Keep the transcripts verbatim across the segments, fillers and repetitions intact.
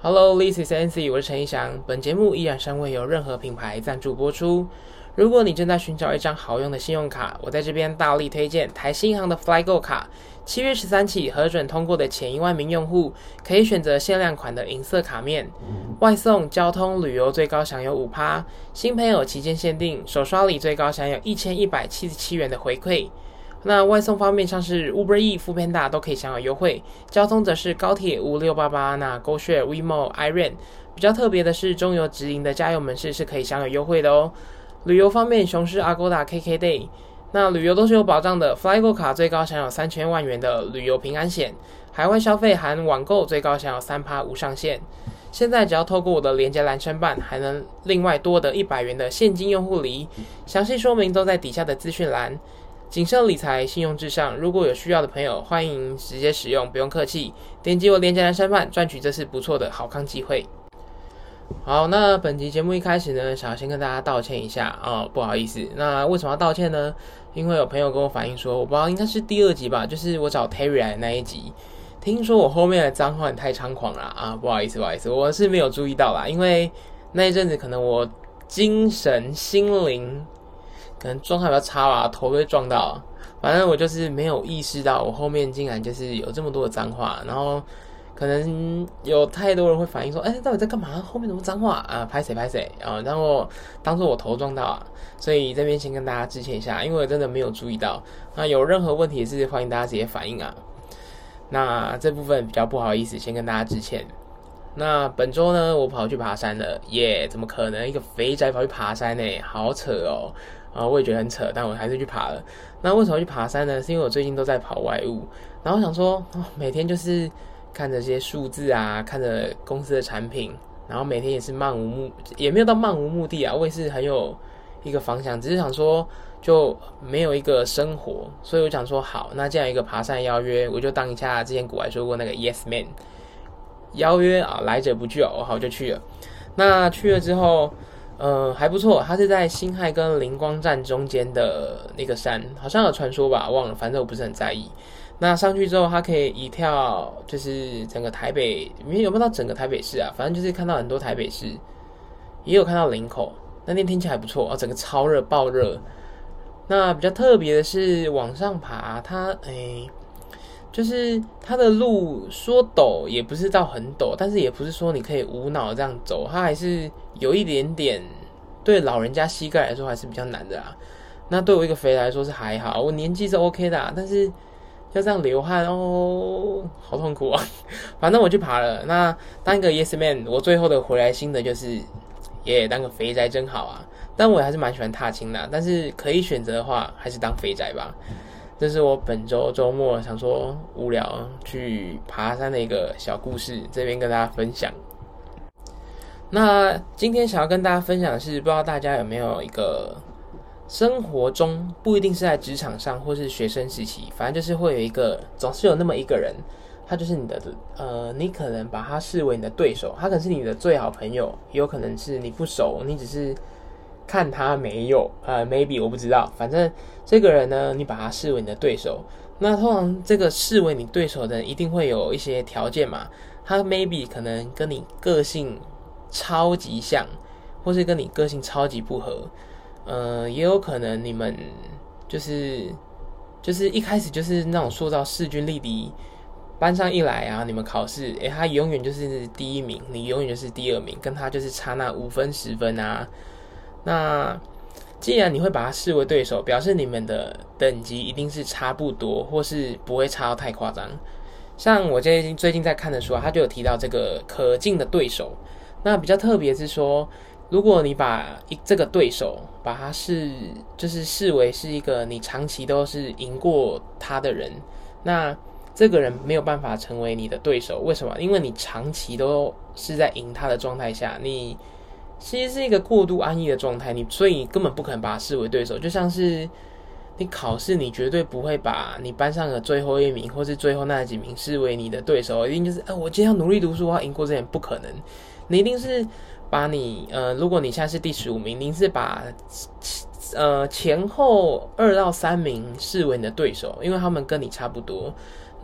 Hello, this is Nancy， 我是陈一翔。本节目依然尚未有任何品牌赞助播出。如果你正在寻找一张好用的信用卡，我在这边大力推荐台新银行的 FlyGo 卡。七月十三起核准通过的前一万名用户，可以选择限量款的银色卡面，外送、交通、旅游最高享有 百分之五， 新朋友期间限定，首刷礼最高享有一千一百七十七元的回馈。那外送方面，像是 Uber Eats、Foodpanda 都可以享有优惠，交通则是高铁五六八八、那 GoShare、WeMo、iRent。比较特别的是，中油直营的加油门市是可以享有优惠的哦。旅游方面，雄狮、Agoda、K K Day， 那旅游都是有保障的 ，FlyGo 卡最高享有三千万元的旅游平安险，海外消费含网购最高享有 百分之三 无上限。现在只要透过我的连结栏申办，还能另外多得一百元的现金用户礼，详细说明都在底下的资讯栏。谨慎理财，信用至上。如果有需要的朋友，欢迎直接使用，不用客气。点击我连结栏申办，赚取这次不错的好康机会。好，那本集节目一开始呢，想要先跟大家道歉一下哦，不好意思。那为什么要道歉呢？因为有朋友跟我反映说，我不知道应该是第二集吧，就是我找 Terry 来的那一集，听说我后面的脏话太猖狂了啊，不好意思，不好意思，我是没有注意到啦，因为那一阵子可能我精神心灵可能状态比较差吧，头被撞到，反正我就是没有意识到我后面竟然就是有这么多的脏话，然后可能有太多人会反映说，哎、欸，到底在干嘛？后面怎么脏话啊？拍谁拍谁啊？然后当作我头撞到啊，所以这边先跟大家致歉一下，因为我真的没有注意到。那有任何问题也是欢迎大家直接反映啊。那这部分比较不好意思，先跟大家致歉。那本周呢，我跑去爬山了，耶、yeah, 怎么可能一个肥宅跑去爬山呢？好扯哦！啊，我也觉得很扯，但我还是去爬了。那为什么去爬山呢？是因为我最近都在跑外务，然后想说，哦、每天就是看着这些数字啊，看着公司的产品，然后每天也是漫无目，也没有到漫无目的啊，我也是很有一个方向，只是想说就没有一个生活，所以我想说，好，那既然有一个爬山邀约，我就当一下之前古来说过那个 Yes Man。邀约啊，来者不拒哦，好就去了。那去了之后，呃，还不错。它是在辛亥跟灵光站中间的那个山，好像有传说吧，忘了，反正我不是很在意。那上去之后，它可以一跳，就是整个台北，有没有到整个台北市啊？反正就是看到很多台北市，也有看到林口。那天天气还不错哦，整个超热，爆热。那比较特别的是往上爬，它诶。就是它的路说陡也不是到很陡，但是也不是说你可以无脑这样走，它还是有一点点对老人家膝盖来说还是比较难的啊。那对我一个肥来说是还好，我年纪是 OK 的啊，但是要这样流汗哦，好痛苦啊。反正我去爬了，那当一个 Yes Man， 我最后的回来心得就是，耶、yeah, 当个肥宅真好啊。但我还是蛮喜欢踏青的，但是可以选择的话，还是当肥宅吧。这是我本周周末想说无聊去爬山的一个小故事，这边跟大家分享。那今天想要跟大家分享的是，不知道大家有没有一个生活中不一定是在职场上或是学生时期，反正就是会有一个，总是有那么一个人，他就是你的呃，你可能把他视为你的对手，他可能是你的最好朋友，也有可能是你不熟，你只是看他没有，呃 ，maybe 我不知道，反正这个人呢，你把他视为你的对手，那通常这个视为你对手的人一定会有一些条件嘛，他 maybe 可能跟你个性超级像，或是跟你个性超级不合，呃，也有可能你们就是就是一开始就是那种塑造势均力敌，班上一来啊，你们考试，诶，他永远就是第一名，你永远就是第二名，跟他就是差那五分十分啊。那既然你会把他视为对手，表示你们的等级一定是差不多，或是不会差到太夸张。像我最近最近在看的书啊，他就有提到这个可敬的对手。那比较特别是说，如果你把这个对手把他视就是视为是一个你长期都是赢过他的人，那这个人没有办法成为你的对手。为什么？因为你长期都是在赢他的状态下，你其实是一个过度安逸的状态，你所以你根本不可能把他视为对手。就像是你考试，你绝对不会把你班上的最后一名或是最后那几名视为你的对手，一定就是，呃，我今天要努力读书，我要赢过这些人，不可能。你一定是把你，呃，如果你现在是第十五名，你一定是把呃前后二到三名视为你的对手，因为他们跟你差不多。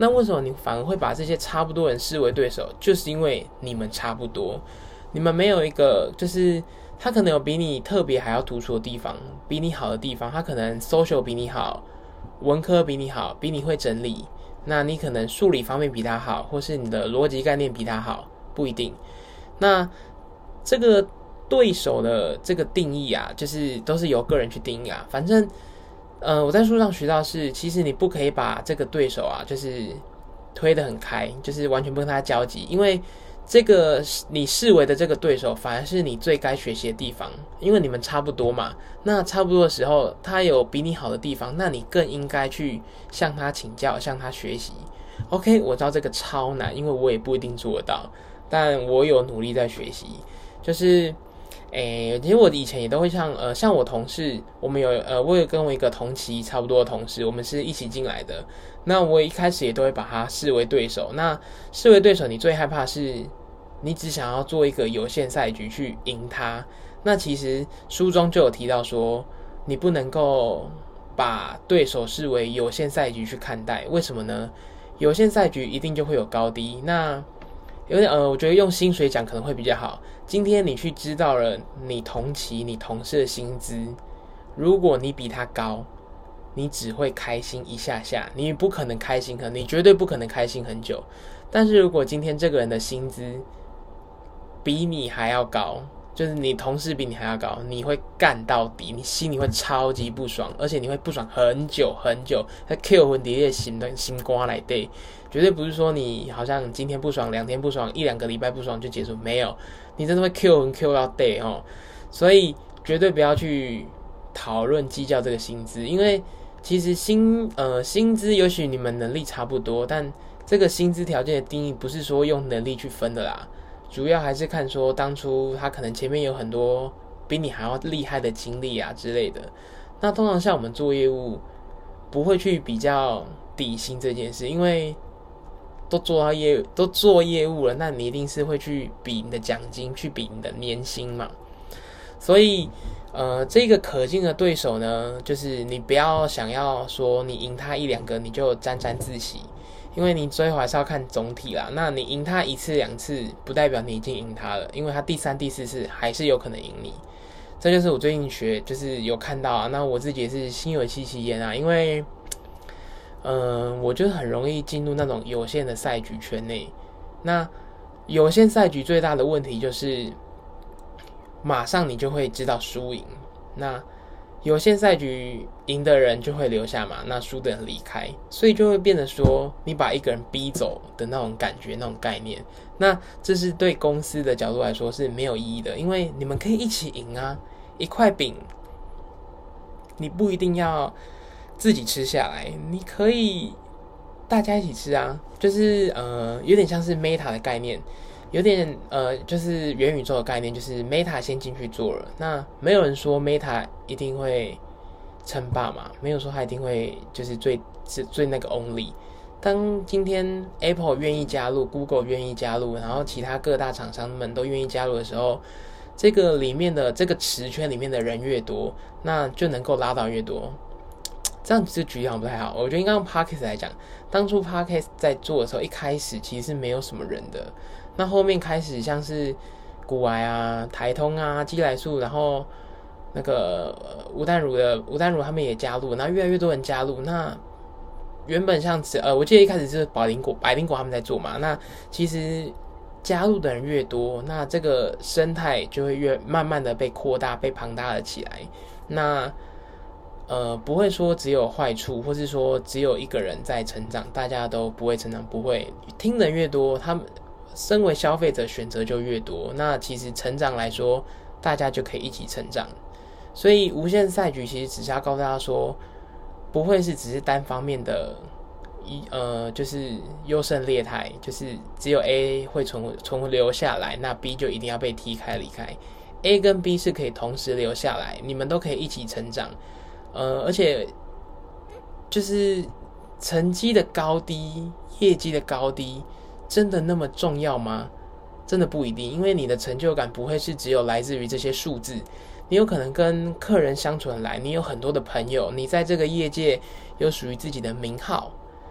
那为什么你反而会把这些差不多人视为对手？就是因为你们差不多，你们没有一个就是他可能有比你特别还要突出的地方，比你好的地方，他可能 social 比你好，文科比你好，比你会整理，那你可能数理方面比他好，或是你的逻辑概念比他好，不一定。那这个对手的这个定义啊，就是都是由个人去定义啊。反正，呃，我在书上学到是，其实你不可以把这个对手啊，就是推得很开，就是完全不跟他交集，因为这个你视为的这个对手，反而是你最该学习的地方，因为你们差不多嘛。那差不多的时候，他有比你好的地方，那你更应该去向他请教，向他学习。OK， 我知道这个超难，因为我也不一定做得到，但我有努力在学习。就是，诶，其实我以前也都会像呃，像我同事，我们有呃，我有跟我一个同期差不多的同事，我们是一起进来的。那我一开始也都会把他视为对手。那视为对手，你最害怕是，你只想要做一个有限赛局去赢他。那其实书中就有提到说，你不能够把对手视为有限赛局去看待。为什么呢？有限赛局一定就会有高低。那有点呃，我觉得用薪水讲可能会比较好。今天你去知道了你同期你同事的薪资，如果你比他高，你只会开心一下下，你不可能开心很，你绝对不可能开心很久。但是如果今天这个人的薪资比你还要高，就是你同事比你还要高，你会干到底，你心里会超级不爽，而且你会不爽很久很久，他 Q 魂底的心的心瓜来对，绝对不是说你好像今天不爽，两天不爽，一两个礼拜不爽就结束，没有，你真的会 Q 魂 Q 到 day 哦，所以绝对不要去讨论计较这个薪资，因为其实薪呃薪资也许你们能力差不多，但这个薪资条件的定义不是说用能力去分的啦。主要还是看说当初他可能前面有很多比你还要厉害的经历啊之类的。那通常像我们做业务，不会去比较底薪这件事，因为都做到业都做业务了，那你一定是会去比你的奖金，去比你的年薪嘛。所以，呃，这个可敬的对手呢，就是你不要想要说你赢他一两个，你就沾沾自喜。因为你最后还是要看总体啦，那你赢他一次两次，不代表你已经赢他了，因为他第三、第四次还是有可能赢你。这就是我最近学，就是有看到啊。那我自己也是心有戚戚焉啊，因为，嗯、呃，我就很容易进入那种有限的赛局圈内。那有限赛局最大的问题就是，马上你就会知道输赢。那有限赛局赢的人就会留下嘛，那输的人离开，所以就会变得说你把一个人逼走的那种感觉，那种概念。那这是对公司的角度来说是没有意义的，因为你们可以一起赢啊，一块饼，你不一定要自己吃下来，你可以大家一起吃啊，就是呃有点像是 Meta 的概念。有点呃，就是元宇宙的概念，就是 Meta 先进去做了，那没有人说 Meta 一定会称霸嘛，没有说它一定会就是最最那个 only。当今天 Apple 愿意加入 ，Google 愿意加入，然后其他各大厂商们都愿意加入的时候，这个里面的这个池圈里面的人越多，那就能够拉到越多。这样子举例好像不太好，我觉得应该用 Podcast 来讲，当初 Podcast 在做的时候，一开始其实是没有什么人的。那后面开始像是股癌啊、台通啊、基来素，然后那个吴淡如的吴淡如他们也加入，然后越来越多人加入。那原本像呃，我记得一开始是百灵果、百灵果他们在做嘛。那其实加入的人越多，那这个生态就会越慢慢的被扩大、被庞大了起来。那呃，不会说只有坏处，或是说只有一个人在成长，大家都不会成长，不会听的越多，他们。身为消费者选择就越多，那其实成长来说，大家就可以一起成长。所以无限赛局其实只是要告诉大家说，不会是只是单方面的，呃，就是优胜劣汰，就是只有 A 会存存留下来，那 B 就一定要被踢开离开。A 跟 B 是可以同时留下来，你们都可以一起成长。呃，而且就是成绩的高低、业绩的高低。真的那么重要吗？真的不一定，因为你的成就感不会是只有来自于这些数字，你有可能跟客人相处很来，你有很多的朋友，你在这个业界有属于自己的名号，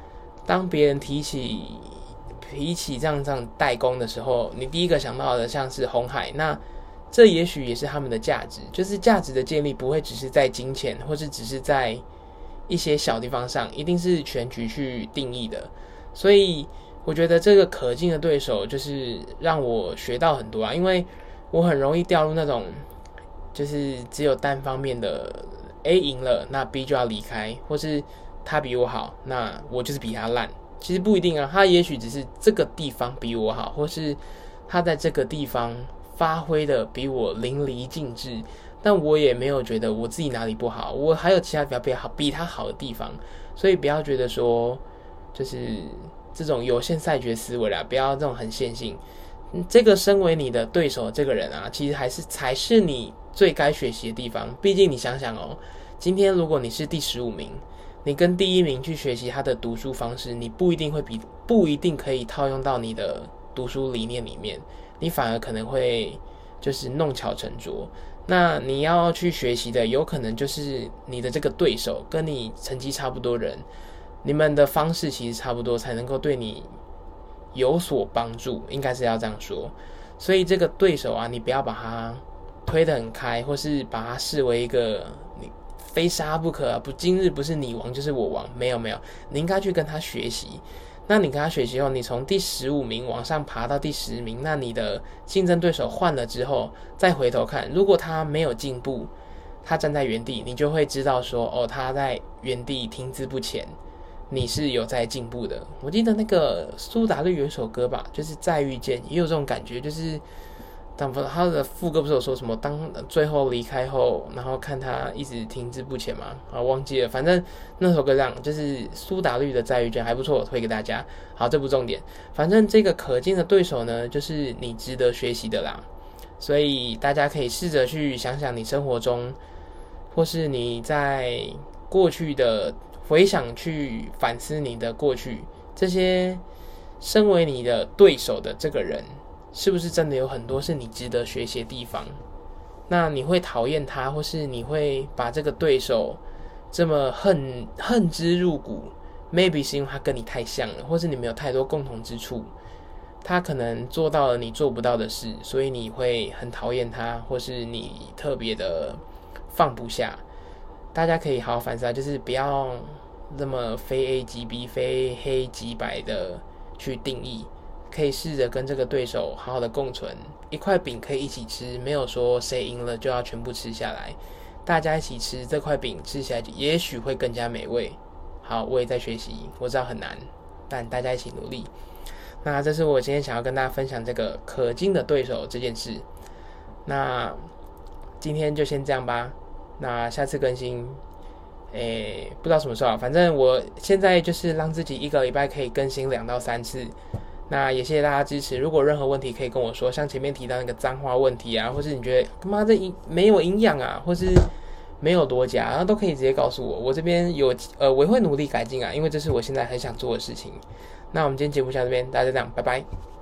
当别人提起提起这样这样代工的时候，你第一个想到的像是鸿海，那这也许也是他们的价值，就是价值的建立不会只是在金钱，或是只是在一些小地方上，一定是全局去定义的。所以我觉得这个可敬的对手就是让我学到很多啊，因为我很容易掉入那种就是只有单方面的 A 赢了，那 B 就要离开，或是他比我好，那我就是比他烂。其实不一定啊，他也许只是这个地方比我好，或是他在这个地方发挥的比我淋漓尽致，但我也没有觉得我自己哪里不好，我还有其他比较好比他好的地方，所以不要觉得说就是这种有限赛局思维啦，不要这种很线性。这个身为你的对手这个人啊，其实还是才是你最该学习的地方。毕竟你想想哦，今天如果你是第十五名，你跟第一名去学习他的读书方式，你不一定会比不一定可以套用到你的读书理念里面，你反而可能会就是弄巧成拙。那你要去学习的，有可能就是你的这个对手跟你成绩差不多人，你们的方式其实差不多，才能够对你有所帮助，应该是要这样说。所以这个对手啊，你不要把他推得很开，或是把他视为一个你非杀不可啊，不，今日不是你亡就是我亡，没有没有，你应该去跟他学习。那你跟他学习后，你从第十五名往上爬到第十名，那你的竞争对手换了之后，再回头看，如果他没有进步，他站在原地，你就会知道说，哦，他在原地停滞不前，你是有在进步的。我记得那个苏打绿有一首歌吧，就是再遇见，也有这种感觉，就是当他的副歌不是有说什么，当最后离开后，然后看他一直停滞不前嘛，啊，忘记了，反正那首歌这样，就是苏打绿的再遇见还不错，我推给大家。好，这不重点，反正这个可敬的对手呢，就是你值得学习的啦。所以大家可以试着去想想你生活中，或是你在过去的回想，去反思你的过去，这些身为你的对手的这个人，是不是真的有很多是你值得学习的地方？那你会讨厌他，或是你会把这个对手这么恨恨之入骨 ，maybe 是因为他跟你太像了，或是你们有太多共同之处，他可能做到了你做不到的事，所以你会很讨厌他，或是你特别的放不下。大家可以好好反思啊，就是不要那么非 A 即 B、非黑即白的去定义。可以试着跟这个对手好好的共存，一块饼可以一起吃，没有说谁赢了就要全部吃下来，大家一起吃这块饼，吃起来也许会更加美味。好，我也在学习，我知道很难，但大家一起努力。那这是我今天想要跟大家分享这个可敬的对手这件事。那今天就先这样吧，那下次更新诶，不知道什么时候啊，反正我现在就是让自己一个礼拜可以更新两到三次。那也谢谢大家支持，如果有任何问题可以跟我说，像前面提到那个脏话问题啊，或是你觉得他妈这没有营养啊，或是没有多加，然后都可以直接告诉我，我这边有呃我会努力改进啊，因为这是我现在很想做的事情。那我们今天节目就到这边，大家就这样，拜拜。